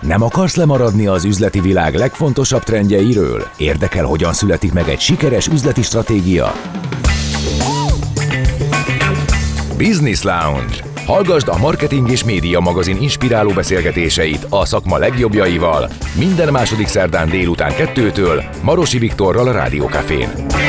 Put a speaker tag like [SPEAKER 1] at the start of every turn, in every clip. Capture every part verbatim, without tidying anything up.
[SPEAKER 1] Nem akarsz lemaradni az üzleti világ legfontosabb trendjeiről? Érdekel, hogyan születik meg egy sikeres üzleti stratégia? Business Lounge. Hallgasd a Marketing és Média magazin inspiráló beszélgetéseit a szakma legjobbjaival minden második szerdán délután kettőtől Marosi Viktorral a Rádió Cafén.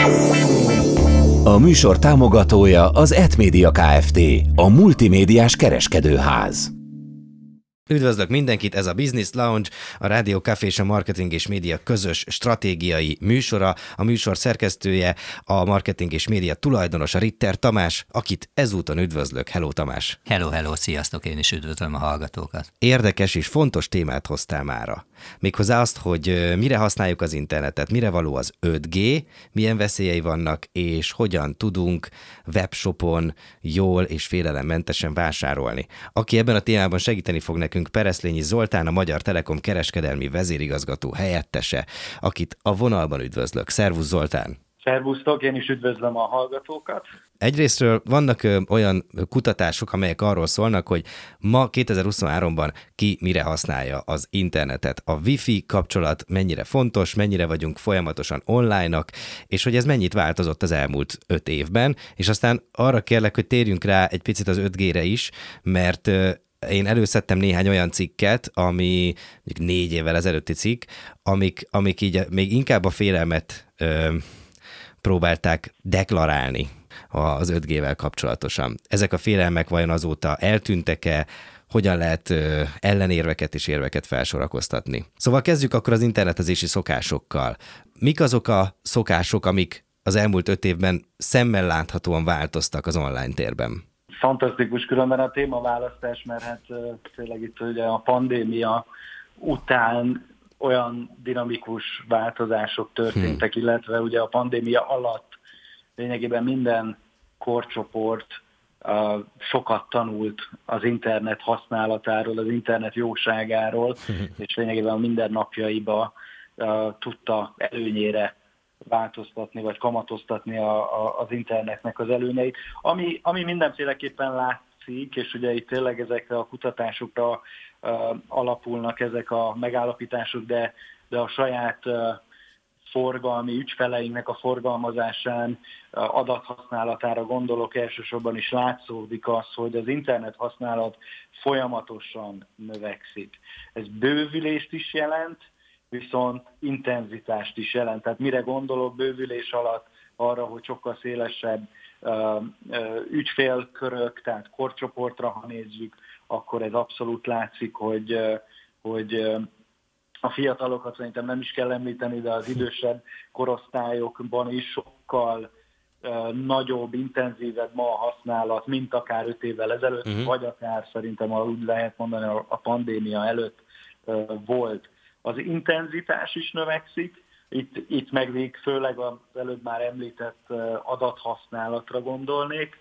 [SPEAKER 2] A műsor támogatója az Etmedia Kft., a multimédiás kereskedőház.
[SPEAKER 3] Üdvözlök mindenkit, ez a Business Lounge, a Rádió Café és a Marketing és Média közös stratégiai műsora. A műsor szerkesztője, a Marketing és Média tulajdonosa Ritter Tamás, akit ezúton üdvözlök. Hello Tamás!
[SPEAKER 4] Hello, hello, sziasztok, én is üdvözlöm a hallgatókat.
[SPEAKER 3] Érdekes és fontos témát hoztál mára. Méghozzá azt, hogy mire használjuk az internetet, mire való az öt G, milyen veszélyei vannak, és hogyan tudunk webshopon jól és félelemmentesen vásárolni. Aki ebben a témában segíteni fog nekünk, Pereszlényi Zoltán, a Magyar Telekom kereskedelmi vezérigazgató helyettese, akit a vonalban üdvözlök. Szervusz Zoltán!
[SPEAKER 5] Szervusztok, én is üdvözlöm a hallgatókat.
[SPEAKER 3] Egyrésztről vannak ö, olyan kutatások, amelyek arról szólnak, hogy ma kétezer-huszonháromban ki mire használja az internetet. A Wi-Fi kapcsolat mennyire fontos, mennyire vagyunk folyamatosan online-nak, és hogy ez mennyit változott az elmúlt öt évben, és aztán arra kérlek, hogy térjünk rá egy picit az öt G-re is, mert ö, én előszedtem néhány olyan cikket, ami négy évvel ezelőtti cikk, amik, amik így még inkább a félelmet ö, próbálták deklarálni az öt G-vel kapcsolatosan. Ezek a félelmek vajon azóta eltűntek-e, hogyan lehet ö, ellenérveket és érveket felsorakoztatni? Szóval kezdjük akkor az internetezési szokásokkal. Mik azok a szokások, amik az elmúlt öt évben szemmel láthatóan változtak az online térben?
[SPEAKER 5] Fantasztikus különben a témaválasztás, mert hát tényleg itt ugye a pandémia után olyan dinamikus változások történtek, hm. illetve ugye a pandémia alatt lényegében minden korcsoport uh, sokat tanult az internet használatáról, az internet jóságáról, hm. és lényegében a mindennapjaiba uh, tudta előnyére változtatni, vagy kamatoztatni a, a, az internetnek az előnyeit. Ami, ami mindenféleképpen látszik, és ugye itt tényleg ezekre a kutatásokra uh, alapulnak ezek a megállapítások, de, de a saját uh, forgalmi ügyfeleinknek a forgalmazásán, uh, adathasználatára gondolok, elsősorban is látszódik az, hogy az internet használat folyamatosan növekszik. Ez bővülést is jelent, viszont intenzitást is jelent. Tehát mire gondolok bővülés alatt? Arra, hogy sokkal szélesebb uh, uh, ügyfélkörök, tehát korcsoportra, ha nézzük, akkor ez abszolút látszik, hogy, uh, hogy uh, a fiatalokat szerintem nem is kell említeni, de az idősebb korosztályokban is sokkal uh, nagyobb, intenzívebb ma a használat, mint akár öt évvel ezelőtt, uh-huh. vagy akár szerintem úgy lehet mondani a, a pandémia előtt uh, volt. Az intenzitás is növekszik, itt, itt meg még főleg az előbb már említett adathasználatra gondolnék.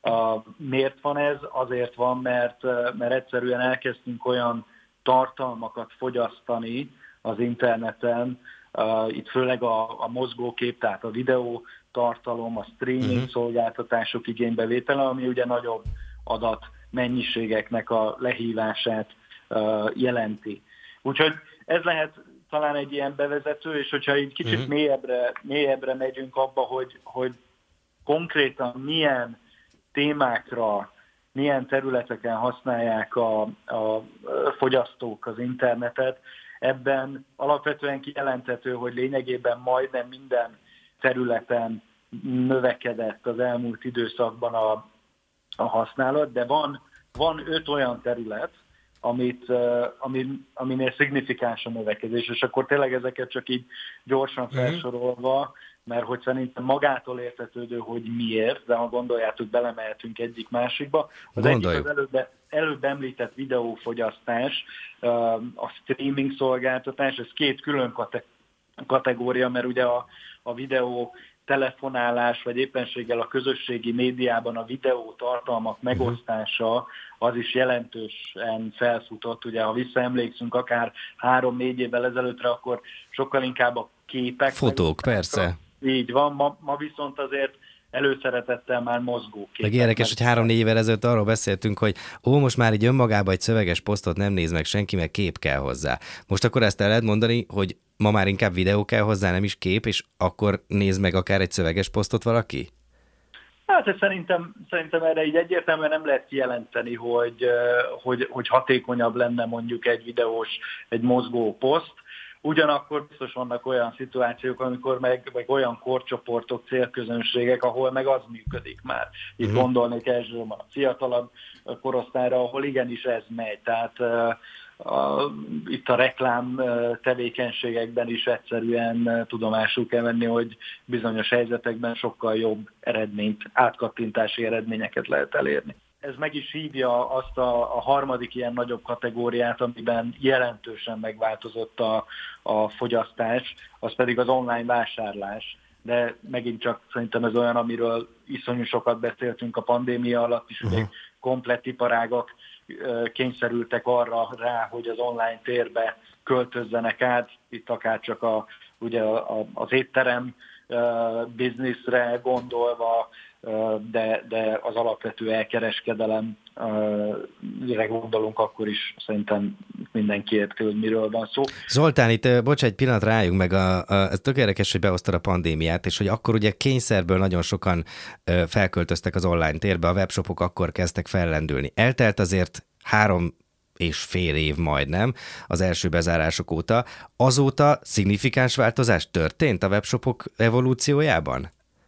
[SPEAKER 5] Miért van ez? Azért van, mert, mert egyszerűen elkezdtünk olyan tartalmakat fogyasztani az interneten, itt főleg a, a mozgókép, tehát a videó tartalom, a streaming uh-huh. szolgáltatások igénybevétele, ami ugye nagyobb adat mennyiségeknek a lehívását jelenti. Úgyhogy ez lehet talán egy ilyen bevezető, és hogyha így kicsit uh-huh. mélyebbre, mélyebbre megyünk abba, hogy, hogy konkrétan milyen témákra, milyen területeken használják a, a fogyasztók az internetet, ebben alapvetően kijelenthető, hogy lényegében majdnem minden területen növekedett az elmúlt időszakban a, a használat, de van, van öt olyan terület, amit, uh, amin, aminél szignifikáns a növekedés, és akkor tényleg ezeket csak így gyorsan felsorolva, mert hogy szerintem magától értetődő, hogy miért, de ha gondoljátok, belemehetünk egyik másikba. Az Gondoljuk. egyik az előbb, előbb említett videófogyasztás, uh, a streaming szolgáltatás, ez két külön kate- kategória, mert ugye a, a videó telefonálás, vagy éppenséggel a közösségi médiában a videó tartalmak megosztása, az is jelentősen felfutott. Ugye, ha visszaemlékszünk akár három-négy évvel ezelőttre, akkor sokkal inkább a képek.
[SPEAKER 3] Fotók, persze.
[SPEAKER 5] Így van, ma, ma viszont azért előszeretettel már mozgóképek.
[SPEAKER 3] Meg érdekes, hogy három-négy évvel ezelőtt arról beszéltünk, hogy ó, most már így önmagában egy szöveges posztot nem néz meg senki, mert kép kell hozzá. Most akkor ezt el lehet mondani, hogy ma már inkább videó kell hozzá, nem is kép, és akkor néz meg akár egy szöveges posztot valaki?
[SPEAKER 5] Hát szerintem, szerintem erre így egyértelműen nem lehet kijelenteni, hogy, hogy, hogy hatékonyabb lenne mondjuk egy videós, egy mozgó poszt. Ugyanakkor biztos vannak olyan szituációk, amikor meg, meg olyan korcsoportok, célközönségek, ahol meg az működik már. Itt uh-huh. gondolnék elsősorban a fiatalabb korosztályra, ahol igenis ez megy. Tehát a, itt a reklám tevékenységekben is egyszerűen tudomásul kell venni, hogy bizonyos helyzetekben sokkal jobb eredményt, átkattintási eredményeket lehet elérni. Ez meg is hívja azt a, a harmadik ilyen nagyobb kategóriát, amiben jelentősen megváltozott a, a fogyasztás, az pedig az online vásárlás. De megint csak szerintem ez olyan, amiről iszonyú sokat beszéltünk a pandémia alatt is, uh-huh. ugye komplett iparágak kényszerültek arra rá, hogy az online térbe költözzenek át, itt akár csak a, ugye a, az étterem uh, bizniszre gondolva, de, de az alapvető elkereskedelemre gondolunk, akkor is szerintem mindenki érti, hogy miről van szó.
[SPEAKER 3] Zoltán, itt bocs, egy pillanat rájunk meg, a, a, ez tök érdekes, hogy behoztad a pandémiát, és hogy akkor ugye kényszerből nagyon sokan felköltöztek az online térbe, a webshopok akkor kezdtek fellendülni. Eltelt azért három és fél év majdnem az első bezárások óta. Azóta szignifikáns változás történt a webshopok evolúciójában?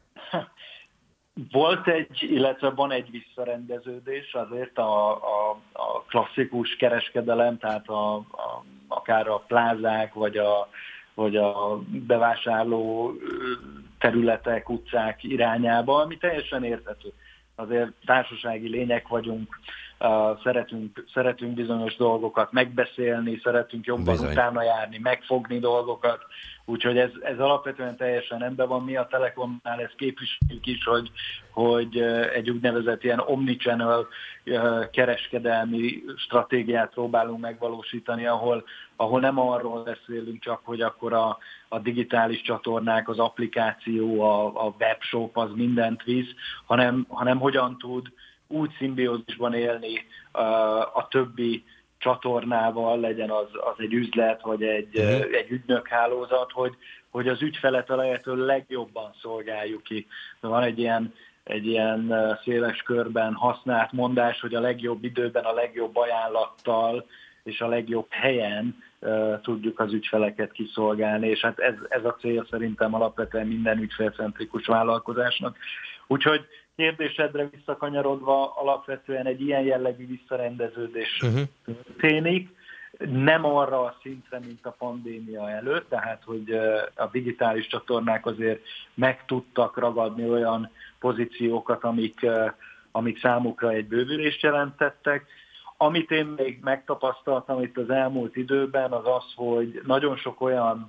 [SPEAKER 5] Volt egy, illetve van egy visszarendeződés, azért a, a, a klasszikus kereskedelem, tehát a, a, akár a plázák, vagy a, vagy a bevásárló területek, utcák irányába, ami teljesen érthető. Azért társasági lények vagyunk, uh, szeretünk, szeretünk bizonyos dolgokat megbeszélni, szeretünk jobban Bizony. utána járni, megfogni dolgokat, úgyhogy ez, ez alapvetően teljesen rendben van. Mi a Telekomnál ezt képviseljük is, hogy, hogy egy úgynevezett ilyen omnichannel kereskedelmi stratégiát próbálunk megvalósítani, ahol, ahol nem arról beszélünk csak, hogy akkor a, a digitális csatornák, az applikáció, a, a webshop az mindent visz, hanem, hanem hogyan tud úgy szimbiózisban élni a, a többi csatornával, legyen az, az egy üzlet, vagy egy, uh-huh. egy ügynökhálózat, hogy, hogy az ügyfelet a lehető legjobban szolgáljuk ki. Van egy ilyen, egy ilyen széles körben használt mondás, hogy a legjobb időben, a legjobb ajánlattal és a legjobb helyen uh, tudjuk az ügyfeleket kiszolgálni, és hát ez, ez a cél szerintem alapvetően minden ügyfélcentrikus vállalkozásnak. Úgyhogy kérdésedre visszakanyarodva, alapvetően egy ilyen jellegű visszarendeződés uh-huh. történik, nem arra a szintre, mint a pandémia előtt, tehát hogy a digitális csatornák azért meg tudtak ragadni olyan pozíciókat, amik, amik számukra egy bővülést jelentettek. Amit én még megtapasztaltam itt az elmúlt időben, az az, hogy nagyon sok olyan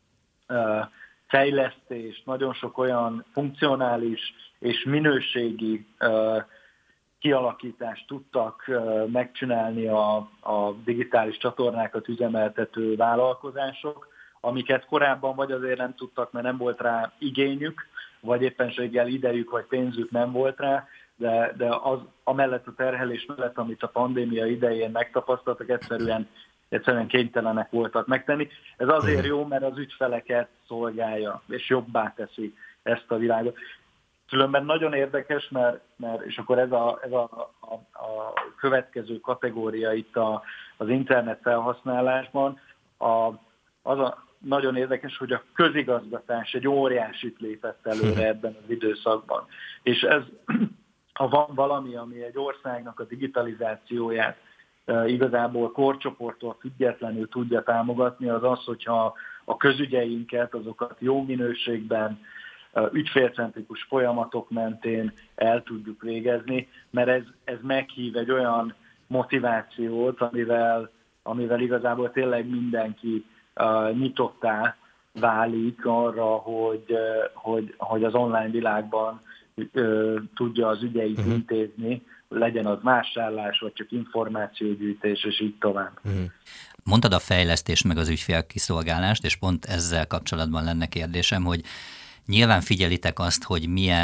[SPEAKER 5] fejlesztés, nagyon sok olyan funkcionális és minőségi uh, kialakítást tudtak uh, megcsinálni a, a digitális csatornákat üzemeltető vállalkozások, amiket korábban vagy azért nem tudtak, mert nem volt rá igényük, vagy éppenséggel idejük, vagy pénzük nem volt rá, de, de az amellett a terhelés mellett, amit a pandémia idején megtapasztaltak, egyszerűen egyszerűen kénytelenek voltak megtenni. Ez azért jó, mert az ügyfeleket szolgálja, és jobbá teszi ezt a világot. Különben nagyon érdekes, mert, mert és akkor ez a, ez a, a, a következő kategória itt a, az internet felhasználásban, a, az a nagyon érdekes, hogy a közigazgatás egy óriásit lépett előre ebben az időszakban. És ez, ha van valami, ami egy országnak a digitalizációját igazából korcsoporttól függetlenül tudja támogatni, az az, hogyha a közügyeinket, azokat jó minőségben, ügyfélcentrikus folyamatok mentén el tudjuk végezni, mert ez, ez meghív egy olyan motivációt, amivel, amivel igazából tényleg mindenki uh, nyitottá válik arra, hogy, uh, hogy, hogy az online világban uh, tudja az ügyeit uh-huh. intézni, legyen az vásárlás, vagy csak információgyűjtés, és így tovább. Uh-huh.
[SPEAKER 4] Mondtad a fejlesztés meg az ügyfélkiszolgálást, és pont ezzel kapcsolatban lenne kérdésem, hogy nyilván figyelitek azt, hogy milyen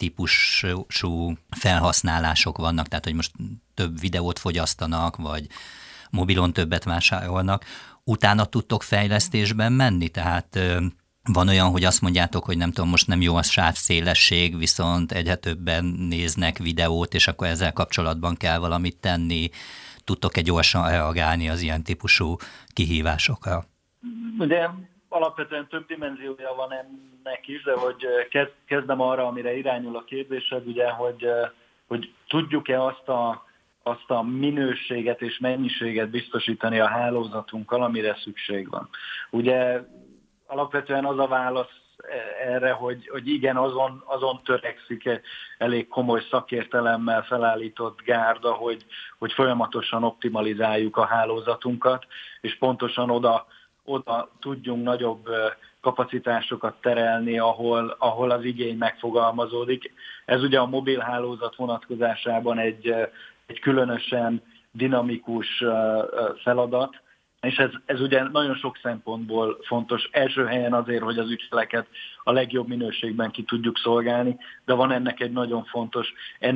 [SPEAKER 4] típusú felhasználások vannak, tehát hogy most több videót fogyasztanak, vagy mobilon többet vásárolnak, utána tudtok fejlesztésben menni, tehát van olyan, hogy azt mondjátok, hogy nem tudom, most nem jó a sávszélesség, viszont egyre többen néznek videót, és akkor ezzel kapcsolatban kell valamit tenni. Tudtok-e gyorsan reagálni az ilyen típusú kihívásokra?
[SPEAKER 5] Ugye alapvetően több dimenziója van ennek is, de hogy kezdem arra, amire irányul a kérdésed, ugye, hogy, hogy tudjuk-e azt a, azt a minőséget és mennyiséget biztosítani a hálózatunkkal, amire szükség van. Ugye alapvetően az a válasz erre, hogy, hogy igen, azon, azon törekszik elég komoly szakértelemmel felállított gárda, hogy, hogy folyamatosan optimalizáljuk a hálózatunkat, és pontosan oda, oda tudjunk nagyobb kapacitásokat terelni, ahol, ahol az igény megfogalmazódik. Ez ugye a mobil hálózat vonatkozásában egy, egy különösen dinamikus feladat, és ez, ez ugye nagyon sok szempontból fontos. Első helyen azért, hogy az ügyfeleket a legjobb minőségben ki tudjuk szolgálni, de van ennek egy nagyon fontos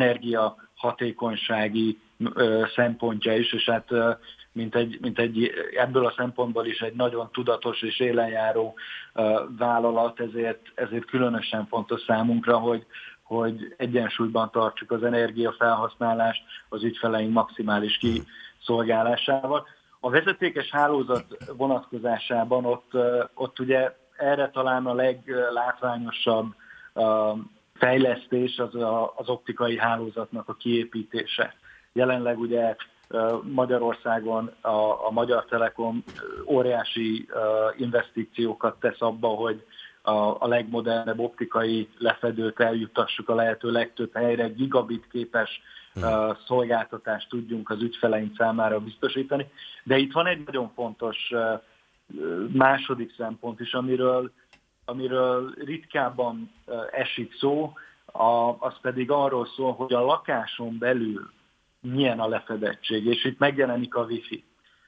[SPEAKER 5] energiahatékonysági ö, szempontja is, és hát ö, mint egy, mint egy, ebből a szempontból is egy nagyon tudatos és élenjáró ö, vállalat, ezért, ezért különösen fontos számunkra, hogy, hogy egyensúlyban tartsuk az energiafelhasználást az ügyfeleink maximális kiszolgálásával. A vezetékes hálózat vonatkozásában ott, ott ugye erre talán a leglátványosabb fejlesztés az az optikai hálózatnak a kiépítése. Jelenleg ugye Magyarországon a, a Magyar Telekom óriási investíciókat tesz abba, hogy a, a legmodernebb optikai lefedőt eljuttassuk a lehető legtöbb helyre, gigabit képes Uh, szolgáltatást tudjunk az ügyfeleink számára biztosítani. De itt van egy nagyon fontos uh, második szempont is, amiről, amiről ritkábban uh, esik szó, a, az pedig arról szól, hogy a lakáson belül milyen a lefedettség, és itt megjelenik a Wi-Fi.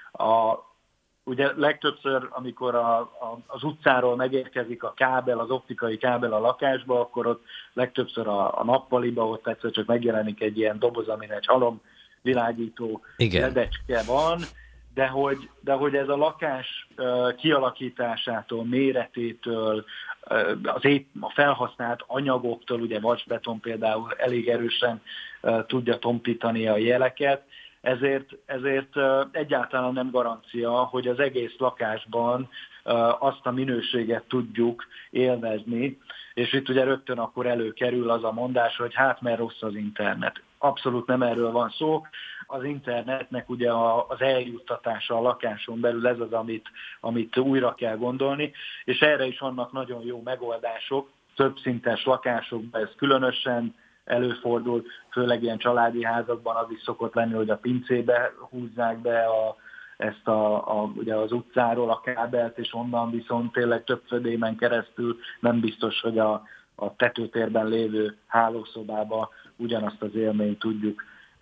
[SPEAKER 5] A, ugye legtöbbször, amikor a, a, az utcáról megérkezik a kábel, az optikai kábel a lakásba, akkor ott legtöbbször a, a nappaliba ott egyszer csak megjelenik egy ilyen doboz, amin egy halomvilágító ledecske van, de hogy, de hogy ez a lakás uh, kialakításától, méretétől, uh, az épp, a felhasznált anyagoktól, ugye vacsbeton például elég erősen uh, tudja tompítani a jeleket, Ezért, ezért egyáltalán nem garancia, hogy az egész lakásban azt a minőséget tudjuk élvezni, és itt ugye rögtön akkor előkerül az a mondás, hogy hát mert rossz az internet. Abszolút nem erről van szó. Az internetnek ugye az eljuttatása a lakáson belül ez az, amit, amit újra kell gondolni, és erre is vannak nagyon jó megoldások. Többszintes lakásokban ez különösen előfordul, főleg ilyen családi házakban az is szokott lenni, hogy a pincébe húzzák be a, ezt a, a, ugye az utcáról a kábelt, és onnan viszont tényleg több födémen keresztül nem biztos, hogy a, a tetőtérben lévő hálószobába ugyanazt az élményt tudjuk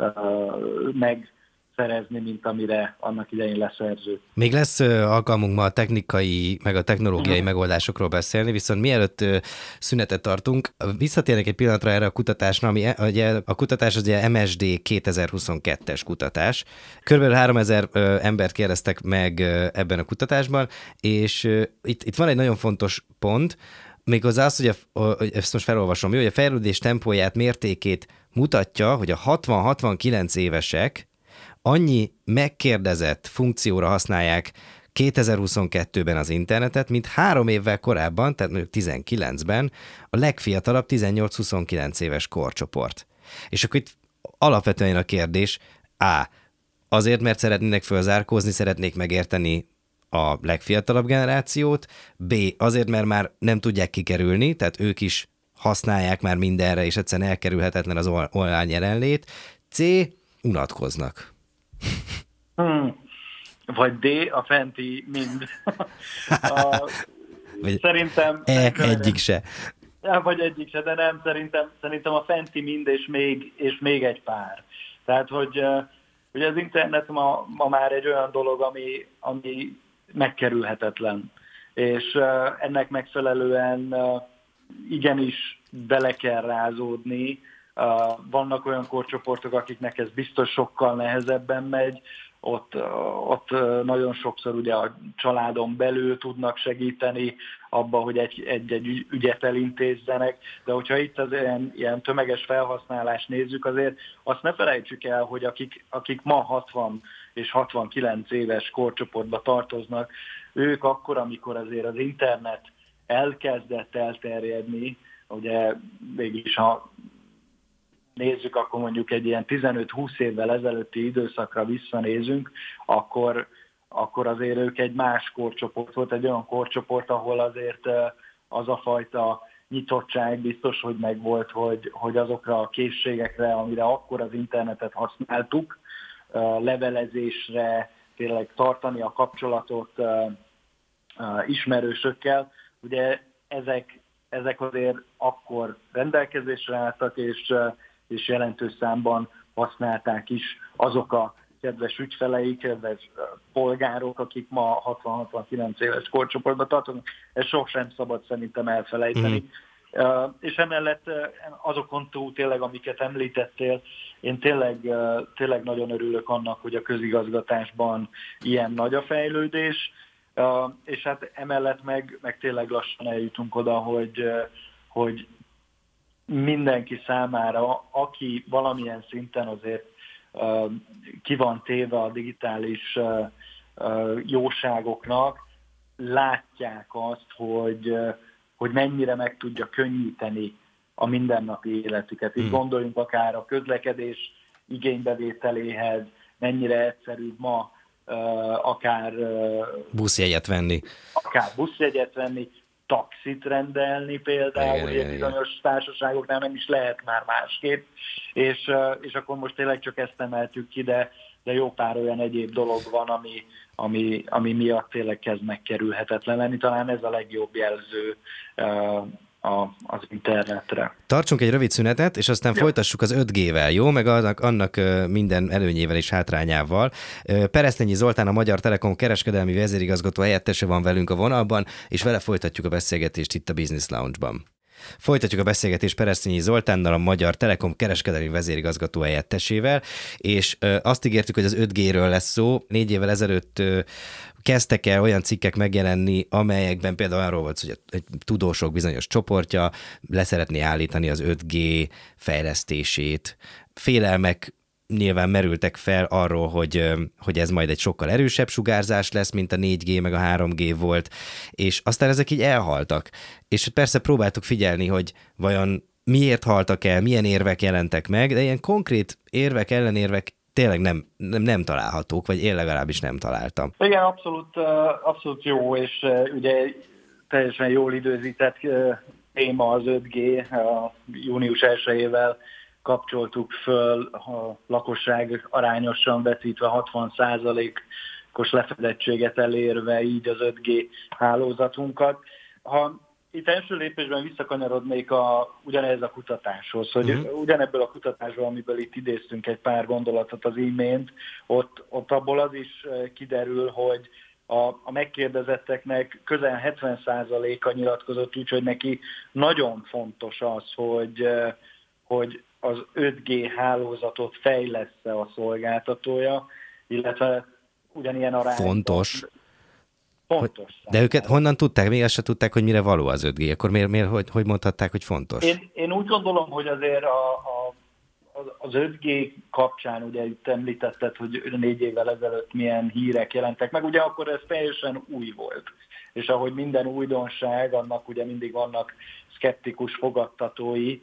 [SPEAKER 5] uh, megszerezni, mint amire annak idején leszerző.
[SPEAKER 3] Még lesz alkalmunk ma a technikai, meg a technológiai uh-huh. megoldásokról beszélni, viszont mielőtt szünetet tartunk, visszatérnek egy pillanatra erre a kutatásra, ami ugye, a kutatás az ugye em es dé kétezer-huszonkettes kutatás. Körülbelül háromezer embert kérdeztek meg ebben a kutatásban, és itt, itt van egy nagyon fontos pont, méghozzá az, hogy a, ezt most felolvasom, jó, hogy a fejlődés tempóját, mértékét mutatja, hogy a hatvan-hatvankilenc évesek annyi megkérdezett funkcióra használják kétezer-huszonkettőben az internetet, mint három évvel korábban, tehát mondjuk tizenkilencben a legfiatalabb tizennyolc-huszonkilenc éves korcsoport. És akkor itt alapvetően a kérdés, A. Azért, mert szeretnének fölzárkózni, szeretnék megérteni a legfiatalabb generációt, B. Azért, mert már nem tudják kikerülni, tehát ők is használják már mindenre, és egyszerűen elkerülhetetlen az online jelenlét, C. Unatkoznak.
[SPEAKER 5] Hmm. Vagy D, a fenti mind. a,
[SPEAKER 3] vagy
[SPEAKER 5] szerintem...
[SPEAKER 3] E, egyik se.
[SPEAKER 5] Vagy egyik se, de nem, szerintem, szerintem a fenti mind, és még, és még egy pár. Tehát, hogy, hogy az internet ma, ma már egy olyan dolog, ami, ami megkerülhetetlen. És ennek megfelelően igenis bele kell rázódni. Vannak olyan korcsoportok, akiknek ez biztos sokkal nehezebben megy, ott, ott nagyon sokszor ugye a családon belül tudnak segíteni abban, hogy egy-egy ügyet elintézzenek, de hogyha itt az ilyen, ilyen tömeges felhasználást nézzük, azért azt ne felejtsük el, hogy akik, akik ma hatvan és hatvankilenc éves korcsoportba tartoznak, ők akkor, amikor azért az internet elkezdett elterjedni, ugye mégis ha nézzük, akkor mondjuk egy ilyen tizenöt-húsz évvel ezelőtti időszakra visszanézünk, akkor, akkor azért ők egy más korcsoport volt, egy olyan korcsoport, ahol azért az a fajta nyitottság biztos, hogy megvolt, hogy, hogy azokra a készségekre, amire akkor az internetet használtuk, levelezésre, tényleg tartani a kapcsolatot ismerősökkel, ugye ezek, ezek azért akkor rendelkezésre álltak, és és jelentős számban használták is azok a kedves ügyfeleik, kedves polgárok, akik ma hatvan-hatvankilenc éves korcsoportban tartanak. Ezt sosem szabad szerintem elfelejteni. Mm. Uh, és emellett uh, azokon túl tényleg, amiket említettél, én tényleg, uh, tényleg nagyon örülök annak, hogy a közigazgatásban ilyen nagy a fejlődés, uh, és hát emellett meg, meg tényleg lassan eljutunk oda, hogy, uh, hogy mindenki számára, aki valamilyen szinten azért uh, ki van téve a digitális uh, uh, jóságoknak, látják azt, hogy, uh, hogy mennyire meg tudja könnyíteni a mindennapi életüket. Itt hmm. gondoljunk akár a közlekedés igénybevételéhez, mennyire egyszerű ma uh, akár uh,
[SPEAKER 3] buszjegyet venni.
[SPEAKER 5] Akár buszjegyet venni, taxit rendelni például, igen, bizonyos igen. társaságoknál nem is lehet már másképp, és, és akkor most tényleg csak ezt emeltük ki, de, de jó pár olyan egyéb dolog van, ami, ami, ami miatt tényleg kezd megkerülhetetlen lenni. Talán ez a legjobb jelző a, az internetre.
[SPEAKER 3] Tartsunk egy rövid szünetet, és aztán ja. folytassuk az öt G-vel, jó? Meg annak, annak minden előnyével és hátrányával. Peresztényi Zoltán, a Magyar Telekom kereskedelmi vezérigazgató helyettese van velünk a vonalban, és vele folytatjuk a beszélgetést itt a Business Lounge-ban. Folytatjuk a beszélgetést Peresztényi Zoltánnal, a Magyar Telekom kereskedelmi vezérigazgató helyettesével, és azt ígértük, hogy az öt G-ről lesz szó. Négy évvel ezelőtt kezdtek el olyan cikkek megjelenni, amelyekben például arról volt, hogy egy tudósok bizonyos csoportja leszeretné állítani az öt G fejlesztését. Félelmek nyilván merültek fel arról, hogy, hogy ez majd egy sokkal erősebb sugárzás lesz, mint a négy G meg a három G volt, és aztán ezek így elhaltak. És persze próbáltuk figyelni, hogy vajon miért haltak el, milyen érvek jelentek meg, de ilyen konkrét érvek, ellenérvek tényleg nem, nem, nem találhatók, vagy én legalábbis nem találtam.
[SPEAKER 5] Igen, abszolút, abszolút jó, és ugye teljesen jól időzített téma az öt G, a június elsejével kapcsoltuk föl, a lakosság arányosan vetítve hatvan százalékos lefedettséget elérve így az öt G hálózatunkat. Ha itt első lépésben visszakanyarodnék a, ugyanez a kutatáshoz, hogy uh-huh. ugyanebből a kutatásból, amiből itt idéztünk egy pár gondolatot az imént, ott, ott abból az is kiderül, hogy a, a megkérdezetteknek közel hetven százaléka nyilatkozott úgy, hogy neki nagyon fontos az, hogy, hogy az öt G hálózatot fejlessze a szolgáltatója, illetve ugyanilyen arányban.
[SPEAKER 3] Fontos.
[SPEAKER 5] Fontos.
[SPEAKER 3] De őket honnan tudták? Még azt se tudták, hogy mire való az öt G. Akkor miért, miért hogy, hogy mondhatták, hogy fontos?
[SPEAKER 5] Én, én úgy gondolom, hogy azért a, a, az öt G kapcsán, ugye itt említetted, hogy négy évvel ezelőtt milyen hírek jelentek meg, ugye akkor ez teljesen új volt. És ahogy minden újdonság, annak ugye mindig vannak szkeptikus fogadtatói.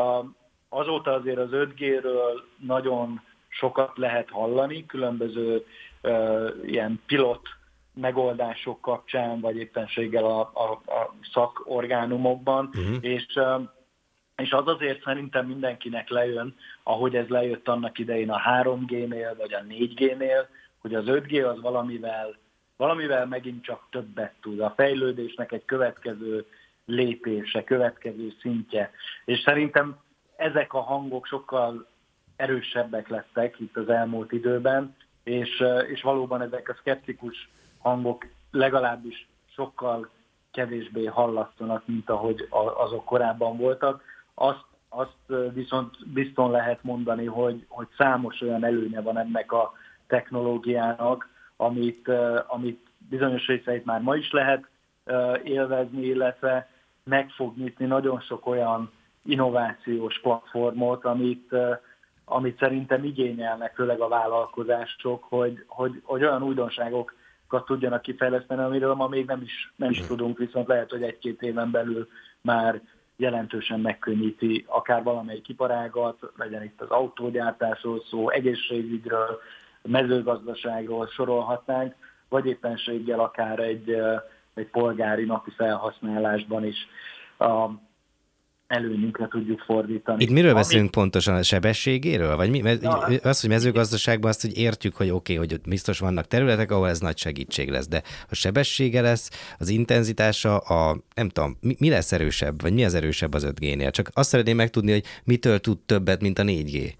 [SPEAKER 5] Azóta azért az öt G-ről nagyon sokat lehet hallani, különböző uh, ilyen pilot megoldások kapcsán, vagy éppenséggel a, a, a szakorgánumokban, uh-huh. és, uh, és az azért szerintem mindenkinek lejön, ahogy ez lejött annak idején a három G-nél, vagy a négy G-nél, hogy az öt G az valamivel, valamivel megint csak többet tud. A fejlődésnek egy következő lépése, következő szintje. És szerintem ezek a hangok sokkal erősebbek lettek itt az elmúlt időben, és, és valóban ezek a szkeptikus hangok legalábbis sokkal kevésbé hallatszanak, mint ahogy azok korábban voltak. Azt, azt viszont bizton lehet mondani, hogy, hogy számos olyan előnye van ennek a technológiának, amit, amit bizonyos részeit már ma is lehet élvezni, illetve meg fog nyitni nagyon sok olyan innovációs platformot, amit, amit szerintem igényelnek, főleg a vállalkozások, hogy, hogy, hogy olyan újdonságokat tudjanak kifejleszteni, amiről ma még nem is, nem is tudunk, viszont lehet, hogy egy-két éven belül már jelentősen megkönnyíti akár valamelyik iparágat, legyen itt az autógyártásról szó, egészségügyről, mezőgazdaságról sorolhatnánk, vagy éppenséggel akár egy, egy polgári napi felhasználásban is a előnyünkre tudjuk fordítani.
[SPEAKER 3] Itt miről
[SPEAKER 5] Ami...
[SPEAKER 3] beszélünk pontosan? A sebességéről? Vagy mi? Az, hogy mezőgazdaságban azt úgy értjük, hogy oké, okay, hogy ott biztos vannak területek, ahol ez nagy segítség lesz, de a sebessége lesz, az intenzitása, a, nem tudom, mi, mi lesz erősebb, vagy mi az erősebb az öt G-nél? Csak azt szeretném megtudni, hogy mitől tud többet, mint a négy G.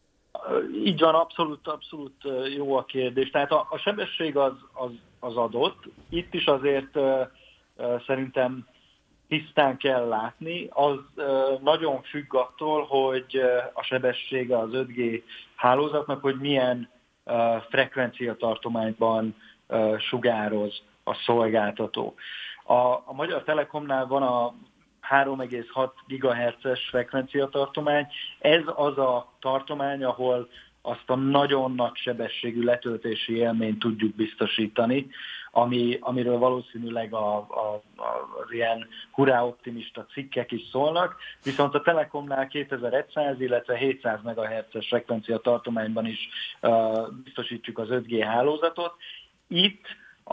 [SPEAKER 5] Így van, abszolút, abszolút jó a kérdés. Tehát a, a sebesség az, az, az adott. Itt is azért uh, uh, szerintem tisztán kell látni. Az uh, nagyon függ attól, hogy uh, a sebessége az öt G hálózatnak, hogy milyen uh, frekvenciatartományban uh, sugároz a szolgáltató. A, a Magyar Telekomnál van a három egész hat gigahertzes frekvenciatartomány. Ez az a tartomány, ahol azt a nagyon nagy sebességű letöltési élményt tudjuk biztosítani, ami, amiről valószínűleg a, a, az ilyen hurrá optimista cikkek is szólnak, viszont a Telekomnál kétezer-száz, illetve hétszáz megahertzes frekvenciatartományban is uh, biztosítjuk az öt G hálózatot. Itt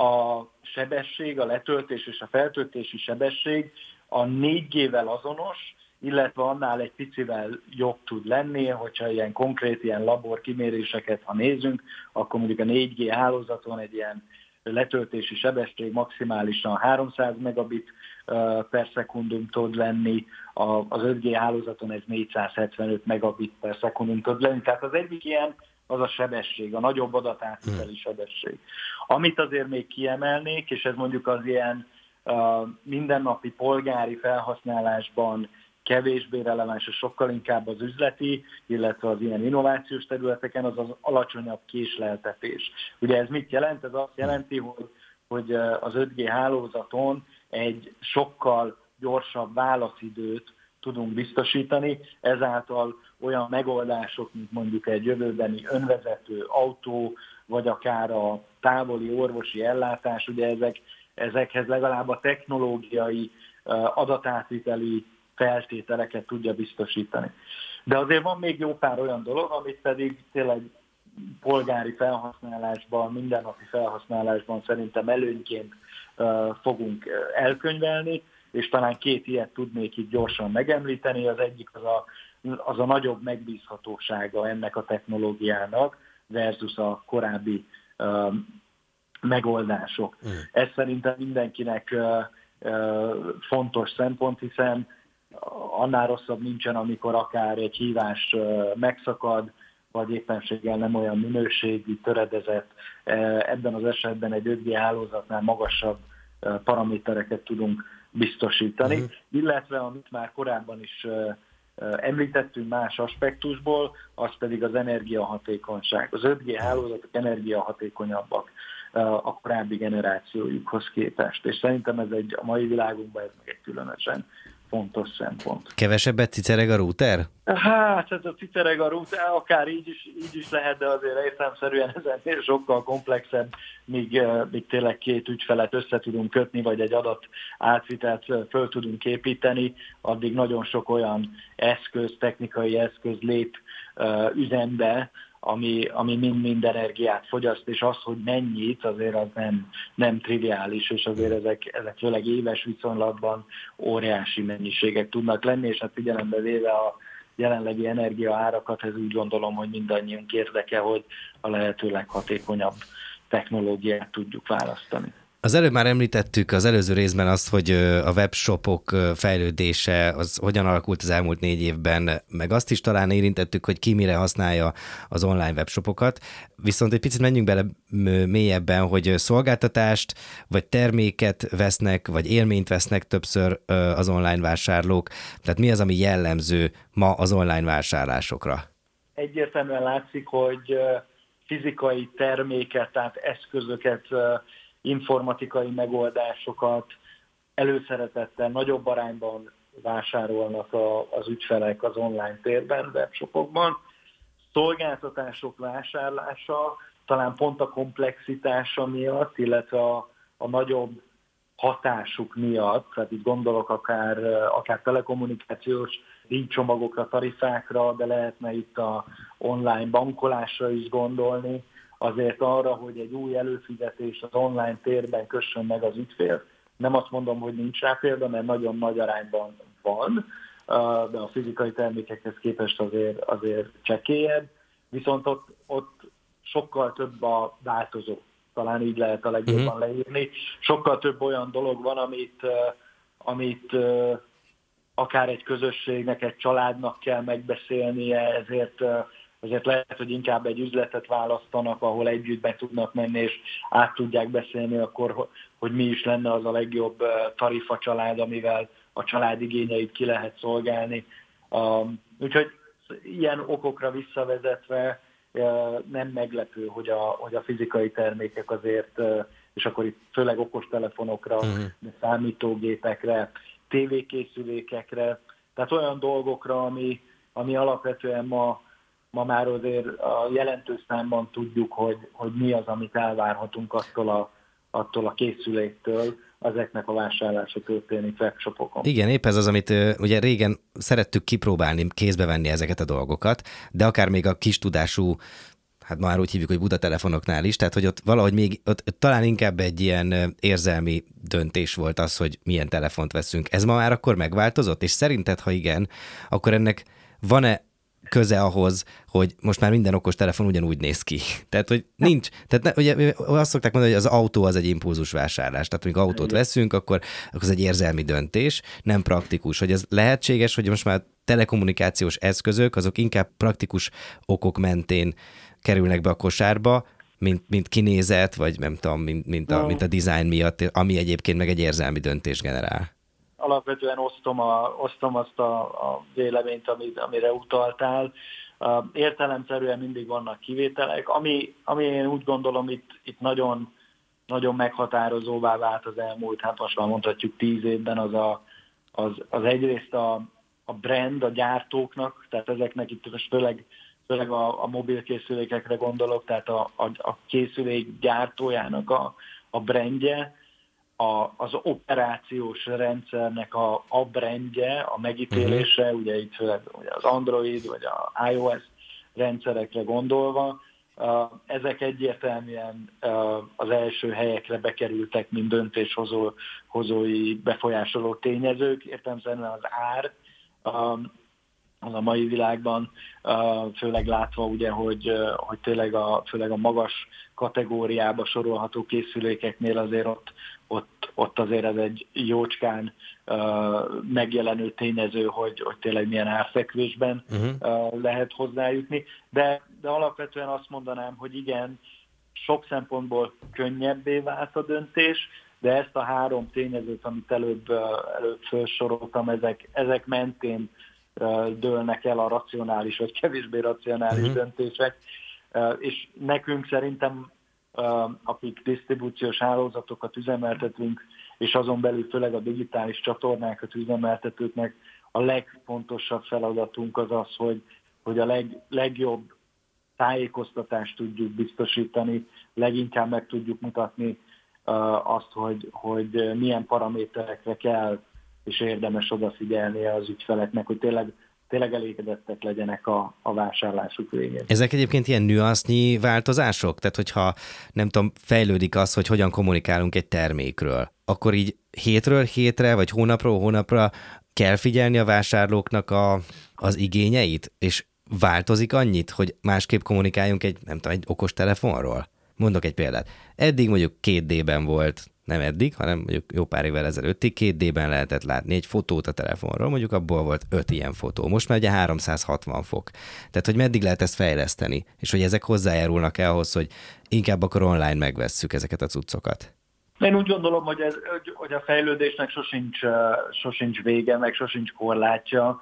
[SPEAKER 5] a sebesség, a letöltés és a feltöltési sebesség a négy G-vel azonos, illetve annál egy picivel jobb tud lenni, hogyha ilyen konkrét, ilyen labor kiméréseket, ha nézünk, akkor mondjuk a négy G hálózaton egy ilyen letöltési sebesség maximálisan háromszáz megabit per szekundum tud lenni, az öt G hálózaton ez négyszázhetvenöt megabit per szekundum tud lenni, tehát az egyik ilyen az a sebesség, a nagyobb adatátviteli sebesség. Amit azért még kiemelnék, és ez mondjuk az ilyen uh, mindennapi polgári felhasználásban kevésbé releváns, és sokkal inkább az üzleti, illetve az ilyen innovációs területeken az az alacsonyabb késleltetés. Ugye ez mit jelent? Ez azt jelenti, hogy, hogy az öt G hálózaton egy sokkal gyorsabb válaszidőt tudunk biztosítani, ezáltal olyan megoldások, mint mondjuk egy jövőbeni önvezető autó, vagy akár a távoli orvosi ellátás, ugye ezek, ezekhez legalább a technológiai adatátviteli feltételeket tudja biztosítani. De azért van még jó pár olyan dolog, amit pedig tényleg polgári felhasználásban, mindennapi felhasználásban szerintem előnyként fogunk elkönyvelni, és talán két ilyet tudnék itt gyorsan megemlíteni. Az egyik az a, az a nagyobb megbízhatósága ennek a technológiának versus a korábbi uh, megoldások. Mm. Ez szerintem mindenkinek uh, uh, fontos szempont, hiszen annál rosszabb nincsen, amikor akár egy hívás uh, megszakad, vagy éppenséggel nem olyan minőségű, töredezett. Uh, ebben az esetben egy öt G hálózatnál magasabb uh, paramétereket tudunk biztosítani, uh-huh. illetve amit már korábban is uh, említettünk más aspektusból, az pedig az energiahatékonyság. Az öt G hálózatok energiahatékonyabbak uh, a korábbi generációjukhoz képest, és szerintem ez egy a mai világunkban ez meg egy különösen fontos szempont.
[SPEAKER 3] Kevesebbet cicereg a router?
[SPEAKER 5] Hát, ez a cicereg a router, akár így is, így is lehet, de azért értelemszerűen ezen sokkal komplexebb, míg, míg tényleg két ügyfelet össze tudunk kötni, vagy egy adat átvitelt föl tudunk építeni, addig nagyon sok olyan eszköz, technikai eszköz lép uh, üzembe, ami, ami mind-mind energiát fogyaszt, és az, hogy mennyit, azért az nem, nem triviális, és azért ezek, ezek főleg éves viszonylatban óriási mennyiségek tudnak lenni, és hát figyelembe véve a jelenlegi energiaárakat, ez úgy gondolom, hogy mindannyiunk érdeke, hogy a lehető leghatékonyabb technológiát tudjuk választani.
[SPEAKER 3] Az előbb már említettük az előző részben azt, hogy a webshopok fejlődése az hogyan alakult az elmúlt négy évben, meg azt is talán érintettük, hogy ki mire használja az online webshopokat. Viszont egy picit menjünk bele mélyebben, hogy szolgáltatást, vagy terméket vesznek, vagy élményt vesznek többször az online vásárlók. Tehát mi az, ami jellemző ma az online vásárlásokra?
[SPEAKER 5] Egyértelműen látszik, hogy fizikai terméket, tehát eszközöket, informatikai megoldásokat előszeretettel, nagyobb arányban vásárolnak a, az ügyfelek az online térben, webshopokban. Szolgáltatások vásárlása talán pont a komplexitása miatt, illetve a, a nagyobb hatásuk miatt, tehát itt gondolok akár, akár telekommunikációs díjcsomagokra, tarifákra, de lehetne itt a online bankolásra is gondolni, azért arra, hogy egy új előfizetés az online térben kössön meg az ügyfél. Nem azt mondom, hogy nincs rá példa, mert nagyon nagy arányban van, de a fizikai termékekhez képest azért, azért csekélyebb, viszont ott, ott sokkal több a változó. Talán így lehet a legjobban leírni. Sokkal több olyan dolog van, amit, amit akár egy közösségnek, egy családnak kell megbeszélnie, ezért, ezért lehet, hogy inkább egy üzletet választanak, ahol együtt be tudnak menni, és át tudják beszélni akkor, hogy mi is lenne az a legjobb tarifa család, amivel a család igényeit ki lehet szolgálni. Úgyhogy ilyen okokra visszavezetve nem meglepő, hogy a, hogy a fizikai termékek azért, és akkor itt főleg okostelefonokra, uh-huh. számítógépekre, tévékészülékekre, tehát olyan dolgokra, ami, ami alapvetően ma, ma már azért a jelentős számban tudjuk, hogy, hogy mi az, amit elvárhatunk attól a, attól a készüléktől, ezeknek a vásárlása történik webshopokon.
[SPEAKER 3] Igen, épp ez az, amit ugye régen szerettük kipróbálni, kézbe venni ezeket a dolgokat, de akár még a kis tudású, hát már úgy hívjuk, hogy Buda telefonoknál is, tehát hogy ott valahogy még, ott talán inkább egy ilyen érzelmi döntés volt az, hogy milyen telefont veszünk. Ez ma már akkor megváltozott, és szerinted, ha igen, akkor ennek van-e köze ahhoz, hogy most már minden okos telefon ugyanúgy néz ki. Tehát, hogy nincs. Tehát ne, ugye azt szokták mondani, hogy az autó az egy impulzus vásárlás. Tehát, amikor autót veszünk, akkor, akkor az egy érzelmi döntés, nem praktikus. Hogy ez lehetséges, hogy most már telekommunikációs eszközök, azok inkább praktikus okok mentén kerülnek be a kosárba, mint, mint kinézet, vagy nem tudom, mint, mint, a, mint a design miatt, ami egyébként meg egy érzelmi döntés generál.
[SPEAKER 5] Alapvetően osztom, a, osztom azt a, a véleményt, amit, amire utaltál. Értelemszerűen mindig vannak kivételek. Ami, ami én úgy gondolom, itt, itt nagyon, nagyon meghatározóvá vált az elmúlt, hát most már mondhatjuk tíz évben, az, a, az, az egyrészt a, a brand, a gyártóknak, tehát ezeknek itt most főleg, főleg a, a mobilkészülékekre gondolok, tehát a, a, a készülék gyártójának a, a brandje, A, az operációs rendszernek a, a brandje, a megítélése, uh-huh. ugye itt főleg ugye az Android vagy a iOS rendszerekre gondolva, uh, ezek egyértelműen uh, az első helyekre bekerültek, mint döntéshozói befolyásoló tényezők, értelemszerűen az ár, um, az a mai világban, uh, főleg látva ugye, hogy, uh, hogy tényleg a, főleg a magas kategóriába sorolható készülékeknél azért ott Ott, ott azért ez egy jócskán uh, megjelenő tényező, hogy, hogy tényleg milyen árfekvésben uh-huh. uh, lehet hozzájutni. De, de alapvetően azt mondanám, hogy igen, sok szempontból könnyebbé vált a döntés, de ezt a három tényezőt, amit előbb, uh, előbb felsoroltam, ezek, ezek mentén uh, dőlnek el a racionális vagy kevésbé racionális uh-huh. döntések. Uh, és nekünk szerintem akik disztribúciós hálózatokat üzemeltetünk, és azon belül főleg a digitális csatornákat üzemeltetőknek a legfontosabb feladatunk az az, hogy, hogy a leg, legjobb tájékoztatást tudjuk biztosítani, leginkább meg tudjuk mutatni uh, azt, hogy, hogy milyen paraméterekre kell és érdemes odafigyelni az ügyfeleknek, hogy tényleg tényleg elégedettek legyenek a, a vásárlásuk végén.
[SPEAKER 3] Ezek egyébként ilyen nüansznyi változások? Tehát, hogyha nem tudom, fejlődik az, hogy hogyan kommunikálunk egy termékről, akkor így hétről hétre, vagy hónapról hónapra kell figyelni a vásárlóknak a, az igényeit, és változik annyit, hogy másképp kommunikáljunk egy, nem tudom, egy okos telefonról? Mondok egy példát. Eddig mondjuk két dében volt, nem eddig, hanem mondjuk jó pár évvel ezelőttig két dében lehetett látni egy fotót a telefonról, mondjuk abból volt öt ilyen fotó. Most már ugye háromszázhatvan fok. Tehát, hogy meddig lehet ezt fejleszteni, és hogy ezek hozzájárulnak el ahhoz, hogy inkább akkor online megvesszük ezeket a cuccokat.
[SPEAKER 5] Én úgy gondolom, hogy, ez, hogy a fejlődésnek sosincs, sosincs vége, meg sosincs korlátja.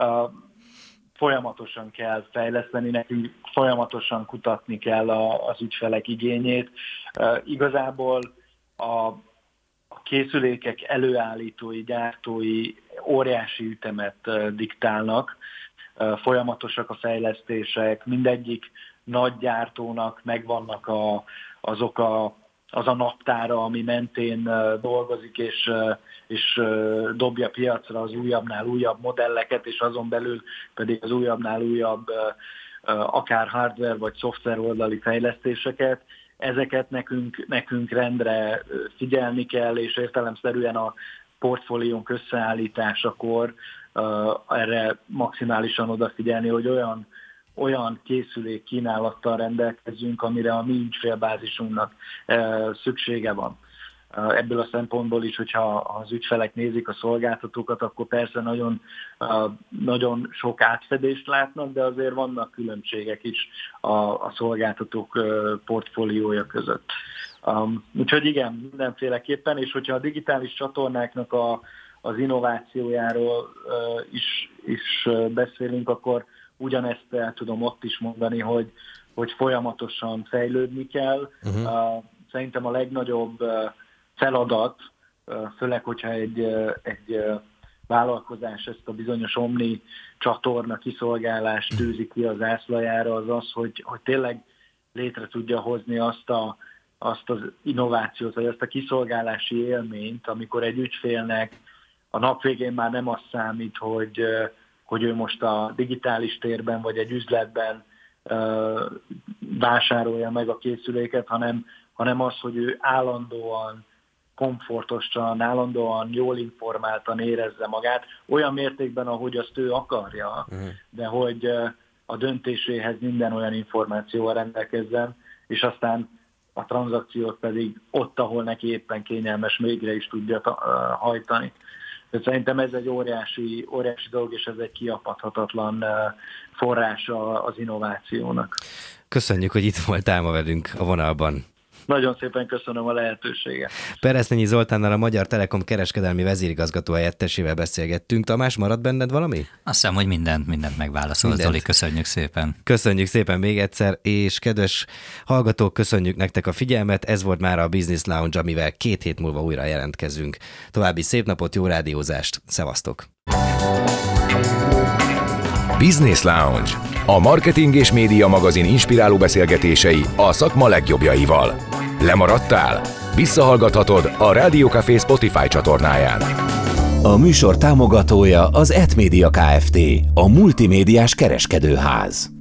[SPEAKER 5] Folyamatosan kell fejleszteni, nekünk folyamatosan kutatni kell az ügyfelek igényét. Igazából a, a készülékek előállítói, gyártói óriási ütemet diktálnak, folyamatosak a fejlesztések, mindegyik nagy gyártónak megvannak a, azok a, az a naptára, ami mentén dolgozik, és, és dobja piacra az újabbnál újabb modelleket, és azon belül pedig az újabbnál újabb akár hardware vagy szoftver oldali fejlesztéseket. Ezeket nekünk, nekünk rendre figyelni kell, és értelemszerűen a portfóliónk összeállításakor erre maximálisan odafigyelni, hogy olyan, olyan készülék kínálattal rendelkezünk, amire a mi ügyfélbázisunknak szüksége van. Ebből a szempontból is, hogyha az ügyfelek nézik a szolgáltatókat, akkor persze nagyon, nagyon sok átfedést látnak, de azért vannak különbségek is a, a szolgáltatók portfóliója között. Um, úgyhogy igen, mindenféleképpen, és hogyha a digitális csatornáknak a, az innovációjáról uh, is, is uh, beszélünk, akkor ugyanezt el tudom ott is mondani, hogy, hogy folyamatosan fejlődni kell. Uh-huh. Uh, szerintem a legnagyobb uh, feladat, uh, főleg, hogyha egy, uh, egy uh, vállalkozás ezt a bizonyos omni csatorna kiszolgálást tűzi ki az zászlajára, az az, hogy, hogy tényleg létre tudja hozni azt a azt az innovációt, vagy azt a kiszolgálási élményt, amikor egy ügyfélnek a nap végén már nem az számít, hogy, hogy ő most a digitális térben, vagy egy üzletben vásárolja meg a készüléket, hanem, hanem az, hogy ő állandóan komfortosan, állandóan jól informáltan érezze magát, olyan mértékben, ahogy azt ő akarja, uh-huh. de hogy a döntéséhez minden olyan információval rendelkezzen, és aztán a tranzakciót pedig ott, ahol neki éppen kényelmes, végre is tudja hajtani. Tehát szerintem ez egy óriási, óriási dolog, és ez egy kiapadhatatlan forrása az innovációnak.
[SPEAKER 3] Köszönjük, hogy itt voltál ma velünk a vonalban.
[SPEAKER 5] Nagyon szépen köszönöm a lehetőséget.
[SPEAKER 3] Peresznyi Zoltánnal, a Magyar Telekom kereskedelmi vezérigazgató helyettesével beszélgettünk. Tamás, maradt benned valami?
[SPEAKER 4] Azt hiszem, hogy mindent, mindent megválaszolt, Zoli, köszönjük szépen.
[SPEAKER 3] Köszönjük szépen még egyszer, és kedves hallgatók, köszönjük nektek a figyelmet. Ez volt már a Business Lounge, amivel két hét múlva újra jelentkezünk. További szép napot, jó rádiózást, szevasztok!
[SPEAKER 1] Business Lounge, a marketing és média magazin inspiráló beszélgetései a szakma legjobbjaival. Lemaradtál? Visszahallgathatod a Rádió Café Spotify csatornáján.
[SPEAKER 2] A műsor támogatója az et média Kft., a multimédiás kereskedőház.